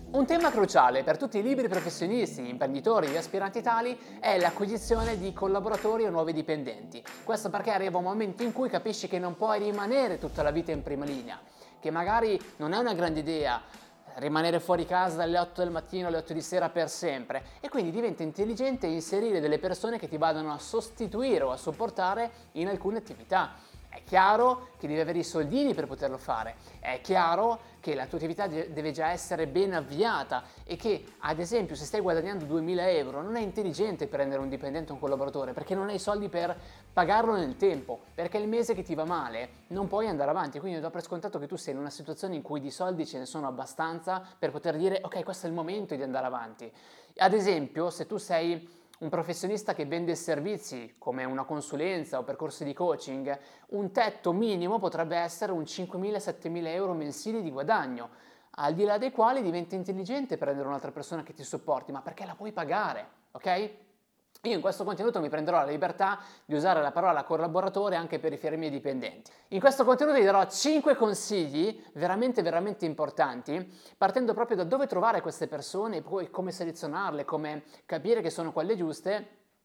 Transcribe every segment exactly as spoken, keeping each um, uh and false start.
Un tema cruciale per tutti i liberi professionisti, imprenditori e aspiranti tali è l'acquisizione di collaboratori o nuovi dipendenti. Questo perché arriva un momento in cui capisci che non puoi rimanere tutta la vita in prima linea, che magari non è una grande idea rimanere fuori casa dalle otto del mattino alle otto di sera per sempre, e quindi diventa intelligente inserire delle persone che ti vadano a sostituire o a supportare in alcune attività. È chiaro che devi avere i soldini per poterlo fare, è chiaro che la tua attività deve già essere ben avviata e che, ad esempio, se stai guadagnando duemila euro non è intelligente prendere un dipendente o un collaboratore perché non hai soldi per pagarlo nel tempo, perché il mese che ti va male non puoi andare avanti. Quindi do per scontato che tu sei in una situazione in cui di soldi ce ne sono abbastanza per poter dire ok, questo è il momento di andare avanti. Ad esempio, se tu sei un professionista che vende servizi come una consulenza o percorsi di coaching, un tetto minimo potrebbe essere un cinquemila-settemila euro mensili di guadagno, al di là dei quali diventa intelligente prendere un'altra persona che ti supporti, ma perché la puoi pagare, ok? Io in questo contenuto mi prenderò la libertà di usare la parola collaboratore anche per riferirmi ai dipendenti. In questo contenuto ti darò cinque consigli veramente veramente importanti, partendo proprio da dove trovare queste persone, poi come selezionarle, come capire che sono quelle giuste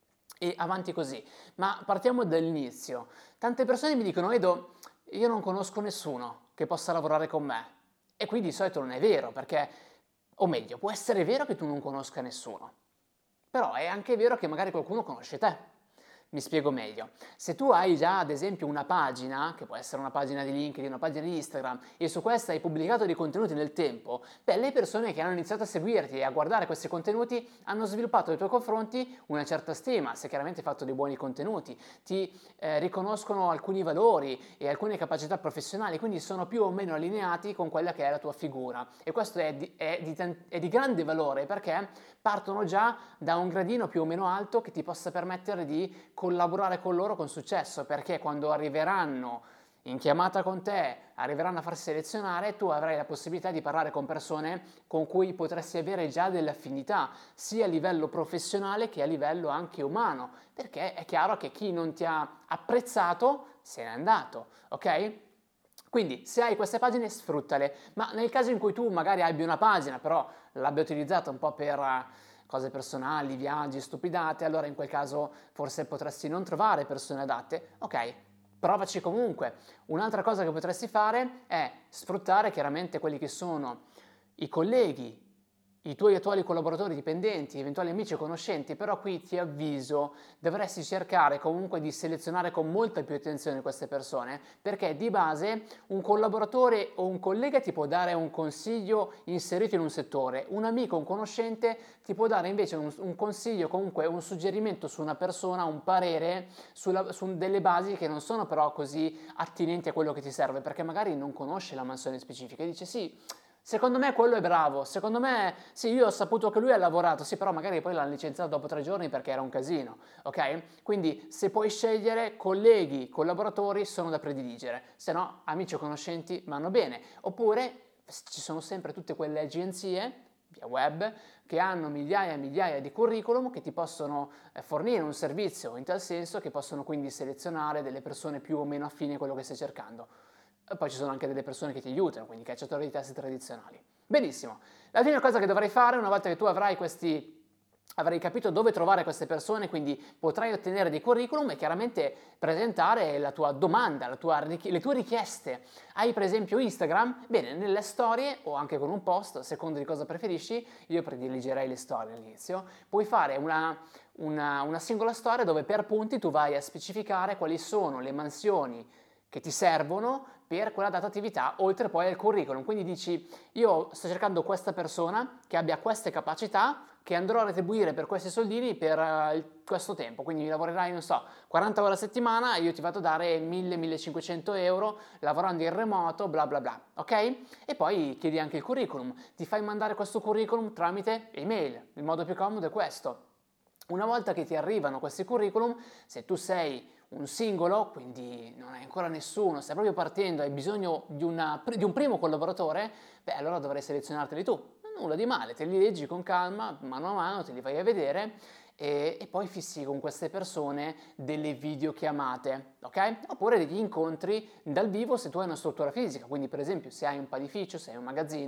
e avanti così. Ma partiamo dall'inizio. Tante persone mi dicono: Edo, io non conosco nessuno che possa lavorare con me. E qui di solito non è vero, perché, o meglio, può essere vero che tu non conosca nessuno. Però è anche vero che magari qualcuno conosce te. Mi spiego meglio. Se tu hai già ad esempio una pagina, che può essere una pagina di LinkedIn, una pagina di Instagram, e su questa hai pubblicato dei contenuti nel tempo, beh, le persone che hanno iniziato a seguirti e a guardare questi contenuti hanno sviluppato nei tuoi confronti una certa stima, se chiaramente hai fatto dei buoni contenuti, ti eh, riconoscono alcuni valori e alcune capacità professionali, quindi sono più o meno allineati con quella che è la tua figura. E questo è di, è di, è di grande valore perché partono già da un gradino più o meno alto che ti possa permettere di collaborare con loro con successo, perché quando arriveranno in chiamata con te, arriveranno a farsi selezionare, tu avrai la possibilità di parlare con persone con cui potresti avere già delle affinità, sia a livello professionale che a livello anche umano, perché è chiaro che chi non ti ha apprezzato se n'è andato, ok? Quindi se hai queste pagine sfruttale, ma nel caso in cui tu magari abbia una pagina però l'abbia utilizzata un po' per cose personali, viaggi, stupidate, allora in quel caso forse potresti non trovare persone adatte. Ok, provaci comunque. Un'altra cosa che potresti fare è sfruttare chiaramente quelli che sono i colleghi, i tuoi attuali collaboratori dipendenti, eventuali amici o conoscenti, però qui ti avviso, dovresti cercare comunque di selezionare con molta più attenzione queste persone, perché di base un collaboratore o un collega ti può dare un consiglio inserito in un settore, un amico, un conoscente ti può dare invece un, un consiglio, comunque un suggerimento su una persona, un parere sulla, su delle basi che non sono però così attinenti a quello che ti serve, perché magari non conosce la mansione specifica e dice sì, secondo me quello è bravo, secondo me sì, io ho saputo che lui ha lavorato, sì, però magari poi l'hanno licenziato dopo tre giorni perché era un casino, ok? Quindi se puoi scegliere, colleghi, collaboratori sono da prediligere, se no amici o conoscenti vanno bene, oppure ci sono sempre tutte quelle agenzie via web che hanno migliaia e migliaia di curriculum che ti possono fornire un servizio in tal senso, che possono quindi selezionare delle persone più o meno affini a quello che stai cercando. E poi ci sono anche delle persone che ti aiutano, quindi cacciatori di teste tradizionali. Benissimo. La prima cosa che dovrai fare una volta che tu avrai questi avrai capito dove trovare queste persone, quindi potrai ottenere dei curriculum e chiaramente presentare la tua domanda, la tua, le tue richieste. Hai per esempio Instagram? Bene, nelle storie o anche con un post, a seconda di cosa preferisci, io prediligerei le storie all'inizio, puoi fare una, una, una singola storia dove per punti tu vai a specificare quali sono le mansioni che ti servono per quella data attività, oltre poi al curriculum. Quindi dici, io sto cercando questa persona che abbia queste capacità, che andrò a retribuire per questi soldini per uh, questo tempo, quindi lavorerai, non so, quaranta ore a settimana e io ti vado a dare mille-millecinquecento euro lavorando in remoto, bla bla bla, ok? E poi chiedi anche il curriculum, ti fai mandare questo curriculum tramite email, il modo più comodo è questo. Una volta che ti arrivano questi curriculum, se tu sei un singolo, quindi non hai ancora nessuno, stai proprio partendo, hai bisogno di, una, di un primo collaboratore, beh allora dovrai selezionarteli tu. Nulla di male, te li leggi con calma, mano a mano, te li vai a vedere e, e poi fissi con queste persone delle videochiamate, ok? Oppure degli incontri dal vivo se tu hai una struttura fisica, quindi per esempio se hai un panificio, se hai un magazzino,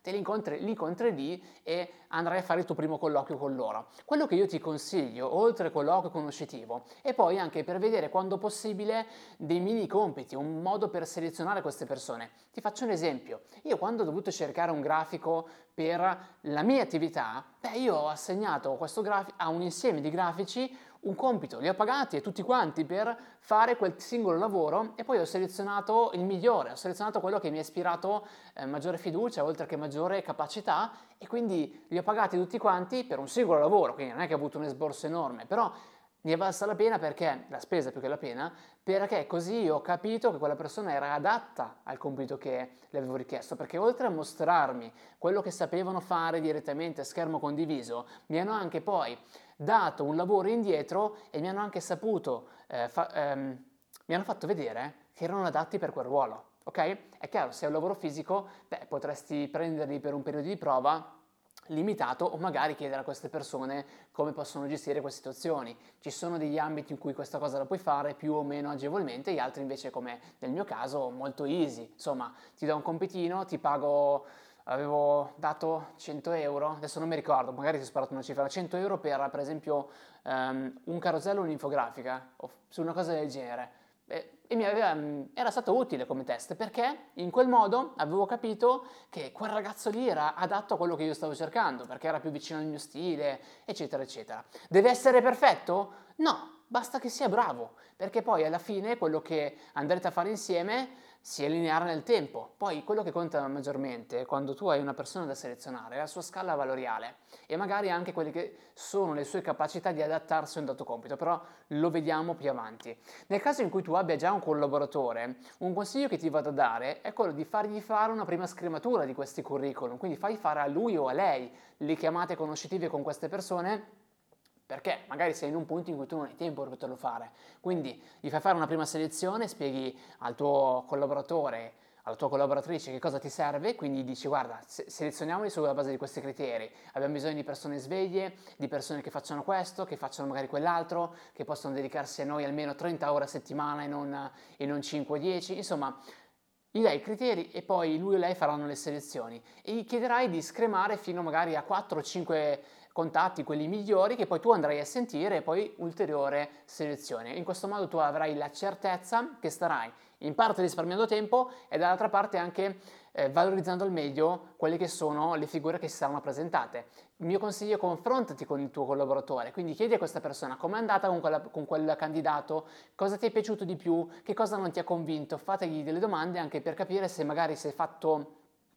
te li incontri, li incontri lì e andrai a fare il tuo primo colloquio con loro. Quello che io ti consiglio, oltre al colloquio conoscitivo, è poi anche per vedere quando possibile dei mini compiti, un modo per selezionare queste persone. Ti faccio un esempio. Io quando ho dovuto cercare un grafico per la mia attività, beh, io ho assegnato questo grafico a un insieme di grafici un compito, li ho pagati e tutti quanti per fare quel singolo lavoro e poi ho selezionato il migliore, ho selezionato quello che mi ha ispirato eh, maggiore fiducia oltre che maggiore capacità e quindi li ho pagati tutti quanti per un singolo lavoro, quindi non è che ho avuto un esborso enorme, però ne è valsa la pena perché, la spesa più che la pena, perché così ho capito che quella persona era adatta al compito che le avevo richiesto, perché oltre a mostrarmi quello che sapevano fare direttamente a schermo condiviso, mi hanno anche poi dato un lavoro indietro e mi hanno anche saputo, eh, fa- ehm, mi hanno fatto vedere che erano adatti per quel ruolo, ok? È chiaro, se è un lavoro fisico, beh, potresti prenderli per un periodo di prova limitato o magari chiedere a queste persone come possono gestire queste situazioni. Ci sono degli ambiti in cui questa cosa la puoi fare più o meno agevolmente, gli altri invece, come nel mio caso, molto easy. Insomma, ti do un compitino, ti pago, avevo dato cento euro, adesso non mi ricordo, magari ti ho sparato una cifra, cento euro per, per esempio, um, un carosello o un'infografica, o su una cosa del genere. E, e mi aveva, era stato utile come test perché in quel modo avevo capito che quel ragazzo lì era adatto a quello che io stavo cercando, perché era più vicino al mio stile, eccetera, eccetera. Deve essere perfetto? No, basta che sia bravo, perché poi alla fine quello che andrete a fare insieme si allineerà nel tempo. Poi quello che conta maggiormente quando tu hai una persona da selezionare è la sua scala valoriale e magari anche quelle che sono le sue capacità di adattarsi a un dato compito, però lo vediamo più avanti. Nel caso in cui tu abbia già un collaboratore, un consiglio che ti vado a dare è quello di fargli fare una prima scrematura di questi curriculum, quindi fai fare a lui o a lei le chiamate conoscitive con queste persone perché magari sei in un punto in cui tu non hai tempo per poterlo fare. Quindi gli fai fare una prima selezione, spieghi al tuo collaboratore, alla tua collaboratrice che cosa ti serve, quindi dici guarda, se- selezioniamoli sulla base di questi criteri. Abbiamo bisogno di persone sveglie, di persone che facciano questo, che facciano magari quell'altro, che possono dedicarsi a noi almeno trenta ore a settimana e non, e non cinque o dieci, insomma. Gli dai i criteri e poi lui o lei faranno le selezioni e gli chiederai di scremare fino magari a quattro o cinque contatti, quelli migliori, che poi tu andrai a sentire e poi ulteriore selezione. In questo modo tu avrai la certezza che starai in parte risparmiando tempo e dall'altra parte anche eh, valorizzando al meglio quelle che sono le figure che si saranno presentate. Il mio consiglio è confrontati con il tuo collaboratore, quindi chiedi a questa persona com'è andata con, quella, con quel candidato, cosa ti è piaciuto di più, che cosa non ti ha convinto, fategli delle domande anche per capire se magari si è fatto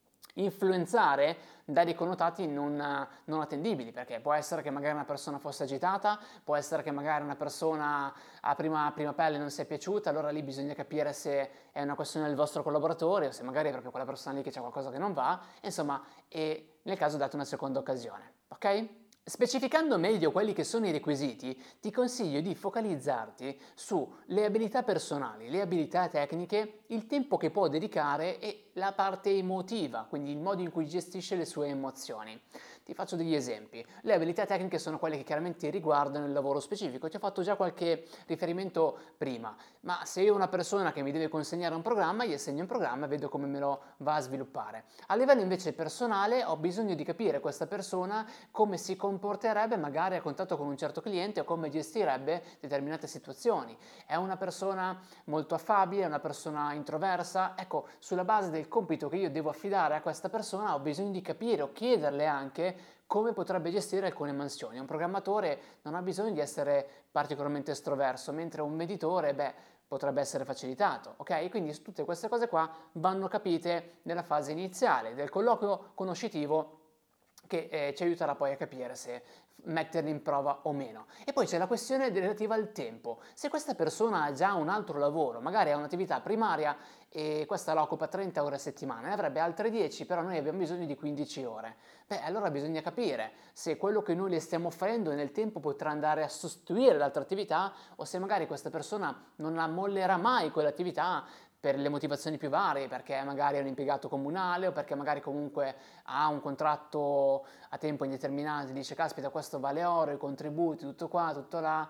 influenzare da dei connotati non, non attendibili, perché può essere che magari una persona fosse agitata, può essere che magari una persona a prima, a prima pelle non si è piaciuta, allora lì bisogna capire se è una questione del vostro collaboratore o se magari è proprio quella persona lì che c'è qualcosa che non va, insomma, e nel caso date una seconda occasione, ok? Specificando meglio quelli che sono i requisiti, ti consiglio di focalizzarti sulle abilità personali, le abilità tecniche, il tempo che può dedicare e la parte emotiva, quindi il modo in cui gestisce le sue emozioni. Ti faccio degli esempi. Le abilità tecniche sono quelle che chiaramente riguardano il lavoro specifico. Ti ho fatto già qualche riferimento prima, ma se io ho una persona che mi deve consegnare un programma, gli assegno un programma e vedo come me lo va a sviluppare. A livello invece personale ho bisogno di capire questa persona come si comporterebbe magari a contatto con un certo cliente o come gestirebbe determinate situazioni. È una persona molto affabile, è una persona introversa? Ecco, sulla base del compito che io devo affidare a questa persona ho bisogno di capire o chiederle anche come potrebbe gestire alcune mansioni. Un programmatore non ha bisogno di essere particolarmente estroverso, mentre un meditore, beh, potrebbe essere facilitato, ok? Quindi tutte queste cose qua vanno capite nella fase iniziale del colloquio conoscitivo che eh, ci aiuterà poi a capire se metterli in prova o meno. E poi c'è la questione relativa al tempo. Se questa persona ha già un altro lavoro, magari ha un'attività primaria e questa la occupa trenta ore a settimana, ne avrebbe altre dieci, però noi abbiamo bisogno di quindici ore. Beh, allora bisogna capire se quello che noi le stiamo offrendo nel tempo potrà andare a sostituire l'altra attività o se magari questa persona non la mollerà mai quell'attività per le motivazioni più varie, perché magari è un impiegato comunale o perché magari comunque ha un contratto a tempo indeterminato e dice caspita questo vale oro, i contributi, tutto qua, tutto là,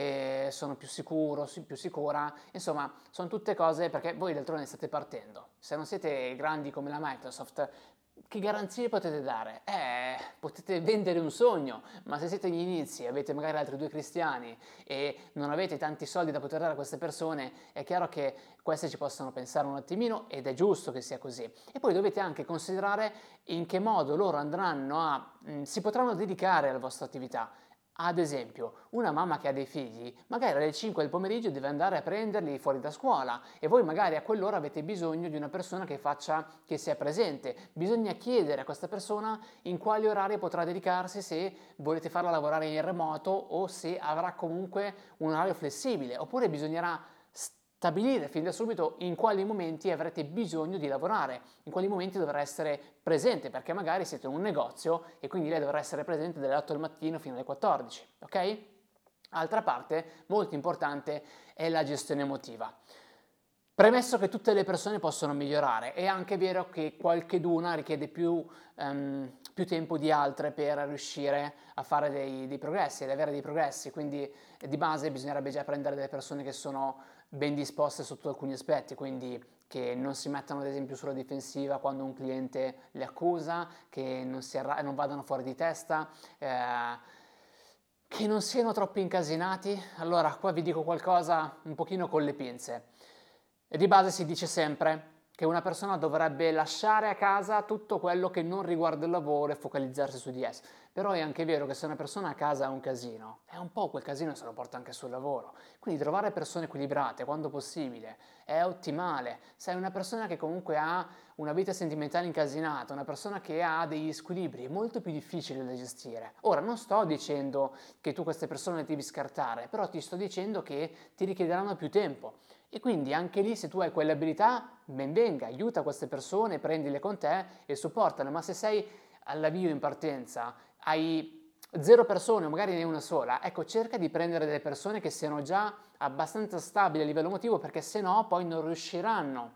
e sono più sicuro, più sicura, insomma sono tutte cose perché voi d'altronde state partendo, se non siete grandi come la Microsoft Che garanzie potete dare? Eh, potete vendere un sogno, ma se siete agli inizi, avete magari altri due cristiani e non avete tanti soldi da poter dare a queste persone, è chiaro che queste ci possono pensare un attimino ed è giusto che sia così. E poi dovete anche considerare in che modo loro andranno a, mh, si potranno dedicare alla vostra attività. Ad esempio, una mamma che ha dei figli, magari alle cinque del pomeriggio deve andare a prenderli fuori da scuola e voi magari a quell'ora avete bisogno di una persona che faccia, che sia presente. Bisogna chiedere a questa persona in quali orari potrà dedicarsi, se volete farla lavorare in remoto o se avrà comunque un orario flessibile, oppure bisognerà stabilire fin da subito in quali momenti avrete bisogno di lavorare, in quali momenti dovrà essere presente, perché magari siete in un negozio e quindi lei dovrà essere presente dalle otto del mattino fino alle quattordici, ok? Altra parte molto importante è la gestione emotiva. Premesso che tutte le persone possono migliorare, è anche vero che qualcheduna richiede più, um, più tempo di altre per riuscire a fare dei, dei progressi, ad avere dei progressi, quindi eh, di base bisognerebbe già prendere delle persone che sono ben disposte sotto alcuni aspetti, quindi che non si mettano ad esempio sulla difensiva quando un cliente le accusa, che non, si arra- non vadano fuori di testa, eh, che non siano troppo incasinati. Allora, qua vi dico qualcosa un pochino con le pinze. E di base si dice sempre che una persona dovrebbe lasciare a casa tutto quello che non riguarda il lavoro e focalizzarsi su di esso. Però è anche vero che se una persona a casa ha un casino, è un po' quel casino se lo porta anche sul lavoro. Quindi trovare persone equilibrate quando possibile è ottimale. Se è una persona che comunque ha una vita sentimentale incasinata, una persona che ha degli squilibri, è molto più difficile da gestire. Ora, non sto dicendo che tu queste persone le devi scartare, però ti sto dicendo che ti richiederanno più tempo. E quindi anche lì, se tu hai quelle abilità, ben venga, aiuta queste persone, prendile con te e supportale. Ma se sei all'avvio in partenza, hai zero persone o magari ne hai una sola, ecco, cerca di prendere delle persone che siano già abbastanza stabili a livello emotivo, perché se no poi non riusciranno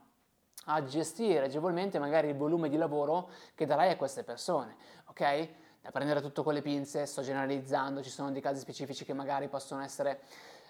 a gestire agevolmente magari il volume di lavoro che darai a queste persone, ok? Da prendere tutto con le pinze, sto generalizzando, ci sono dei casi specifici che magari possono essere...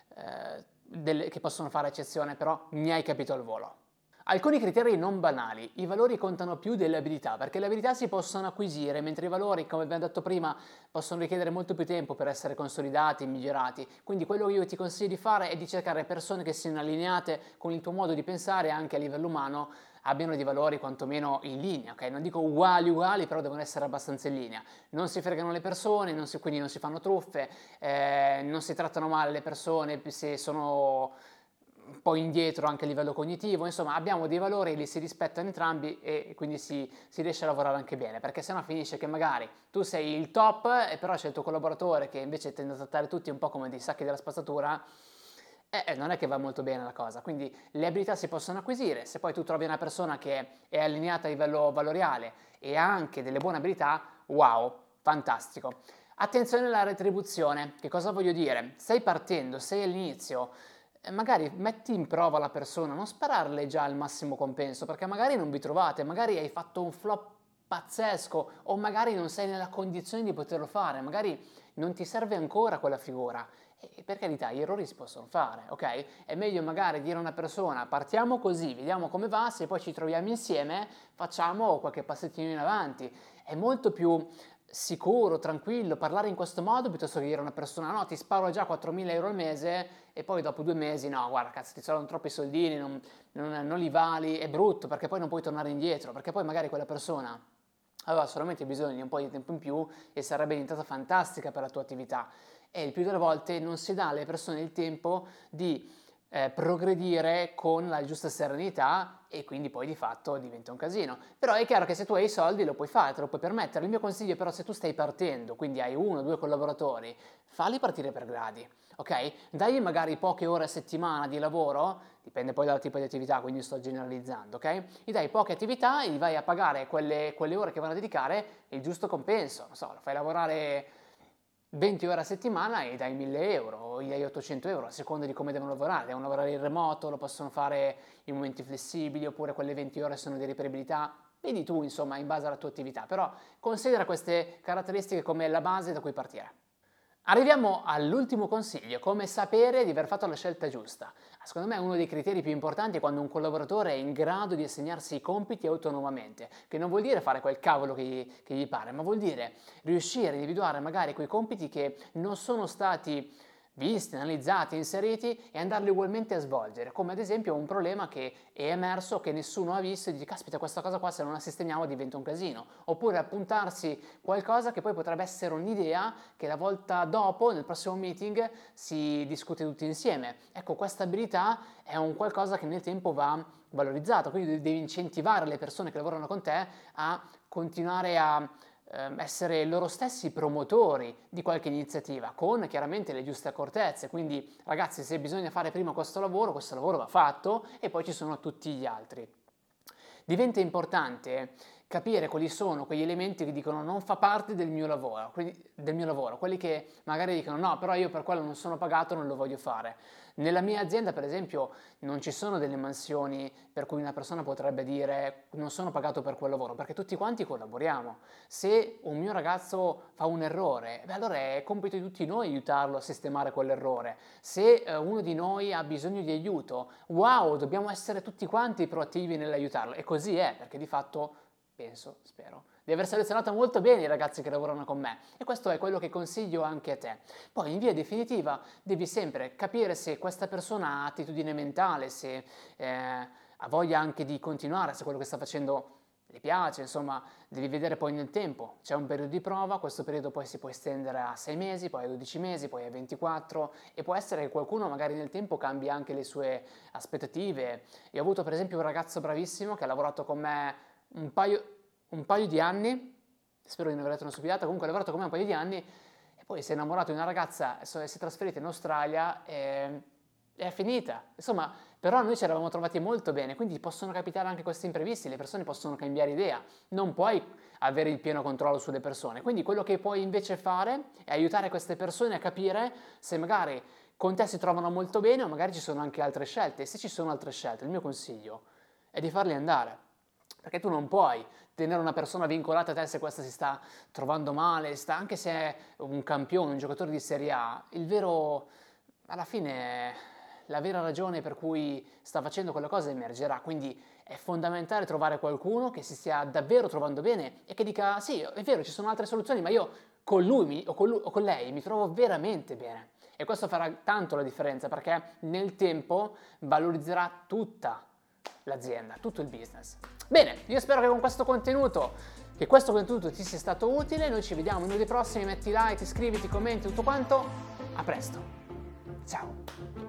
Eh, delle, che possono fare eccezione, però mi hai capito al volo. Alcuni criteri non banali. I valori contano più delle abilità, perché le abilità si possono acquisire, mentre i valori, come abbiamo detto prima, possono richiedere molto più tempo per essere consolidati e migliorati. Quindi quello che io ti consiglio di fare è di cercare persone che siano allineate con il tuo modo di pensare anche a livello umano, abbiano dei valori quantomeno in linea, ok? Non dico uguali uguali, però devono essere abbastanza in linea. Non si fregano le persone, non si, quindi non si fanno truffe, eh, non si trattano male le persone se sono un po' indietro anche a livello cognitivo, insomma abbiamo dei valori, li si rispettano entrambi e quindi si, si riesce a lavorare anche bene, perché sennò finisce che magari tu sei il top e però c'è il tuo collaboratore che invece tende a trattare tutti un po' come dei sacchi della spazzatura. Eh, non è che va molto bene la cosa, quindi le abilità si possono acquisire, se poi tu trovi una persona che è allineata a livello valoriale e ha anche delle buone abilità, wow, fantastico. Attenzione alla retribuzione, che cosa voglio dire? Stai partendo, sei all'inizio, eh, magari metti in prova la persona, non spararle già al massimo compenso, perché magari non vi trovate, magari hai fatto un flop pazzesco o magari non sei nella condizione di poterlo fare, magari non ti serve ancora quella figura. E per carità, gli errori si possono fare, ok? È meglio magari dire a una persona partiamo così, vediamo come va, se poi ci troviamo insieme facciamo qualche passettino in avanti. È molto più sicuro, tranquillo parlare in questo modo piuttosto che dire a una persona no, ti sparo già quattromila euro al mese e poi dopo due mesi no, guarda cazzo ti sono troppi soldini, non, non, non li vali, è brutto perché poi non puoi tornare indietro, perché poi magari quella persona aveva solamente bisogno di un po' di tempo in più e sarebbe diventata fantastica per la tua attività. E il più delle volte non si dà alle persone il tempo di eh, progredire con la giusta serenità e quindi poi di fatto diventa un casino. Però è chiaro che se tu hai i soldi lo puoi fare, te lo puoi permettere. Il mio consiglio però se tu stai partendo, quindi hai uno o due collaboratori, falli partire per gradi, ok? Dagli magari poche ore a settimana di lavoro, dipende poi dal tipo di attività, quindi sto generalizzando, ok? Gli dai poche attività e gli vai a pagare quelle, quelle ore che vanno a dedicare il giusto compenso, non so, lo fai lavorare venti ore a settimana e dai mille euro o gli dai ottocento euro a seconda di come devono lavorare. Devono lavorare in remoto, lo possono fare in momenti flessibili oppure quelle venti ore sono di riperibilità. Vedi tu, insomma, in base alla tua attività, però considera queste caratteristiche come la base da cui partire. Arriviamo all'ultimo consiglio, come sapere di aver fatto la scelta giusta. Secondo me uno dei criteri più importanti è quando un collaboratore è in grado di assegnarsi i compiti autonomamente, che non vuol dire fare quel cavolo che gli, che gli pare, ma vuol dire riuscire a individuare magari quei compiti che non sono stati visti, analizzati, inseriti e andarli ugualmente a svolgere, come ad esempio un problema che è emerso, che nessuno ha visto e dice caspita questa cosa qua se non la sistemiamo diventa un casino, oppure appuntarsi qualcosa che poi potrebbe essere un'idea che la volta dopo nel prossimo meeting si discute tutti insieme. Ecco, questa abilità è un qualcosa che nel tempo va valorizzato, quindi devi incentivare le persone che lavorano con te a continuare a essere loro stessi promotori di qualche iniziativa, con chiaramente le giuste accortezze. Quindi ragazzi, se bisogna fare prima questo lavoro, questo lavoro va fatto e poi ci sono tutti gli altri. Diventa importante capire quali sono quegli elementi che dicono non fa parte del mio lavoro, quindi del mio lavoro, quelli che magari dicono no, però io per quello non sono pagato, non lo voglio fare. Nella mia azienda, per esempio, non ci sono delle mansioni per cui una persona potrebbe dire non sono pagato per quel lavoro, perché tutti quanti collaboriamo. Se un mio ragazzo fa un errore, beh, allora è compito di tutti noi aiutarlo a sistemare quell'errore. Se eh, uno di noi ha bisogno di aiuto, wow, dobbiamo essere tutti quanti proattivi nell'aiutarlo. E così è, perché di fatto penso, spero, di aver selezionato molto bene i ragazzi che lavorano con me e questo è quello che consiglio anche a te. Poi in via definitiva devi sempre capire se questa persona ha attitudine mentale, se eh, ha voglia anche di continuare, se quello che sta facendo le piace, insomma devi vedere poi nel tempo. C'è un periodo di prova, questo periodo poi si può estendere a sei mesi, poi a dodici mesi, poi a ventiquattro e può essere che qualcuno magari nel tempo cambia anche le sue aspettative. Io ho avuto per esempio un ragazzo bravissimo che ha lavorato con me Un paio, un paio di anni, spero di non aver detto una stupidata, comunque ha lavorato con me un paio di anni e poi si è innamorato di una ragazza, si è trasferita in Australia e è finita. Insomma, però noi ci eravamo trovati molto bene, quindi possono capitare anche questi imprevisti, le persone possono cambiare idea, non puoi avere il pieno controllo sulle persone. Quindi quello che puoi invece fare è aiutare queste persone a capire se magari con te si trovano molto bene o magari ci sono anche altre scelte. E se ci sono altre scelte, il mio consiglio è di farli andare. Perché tu non puoi tenere una persona vincolata a te se questa si sta trovando male, sta, anche se è un campione, un giocatore di Serie A, il vero, alla fine, la vera ragione per cui sta facendo quella cosa emergerà, quindi è fondamentale trovare qualcuno che si stia davvero trovando bene e che dica sì, è vero, ci sono altre soluzioni, ma io con lui, mi, o, con lui o con lei mi trovo veramente bene. E questo farà tanto la differenza perché nel tempo valorizzerà tutta l'azienda, tutto il business. Bene, io spero che con questo contenuto, che questo contenuto ti sia stato utile, noi ci vediamo in uno dei prossimi, metti like, iscriviti, commenti, tutto quanto, a presto, ciao!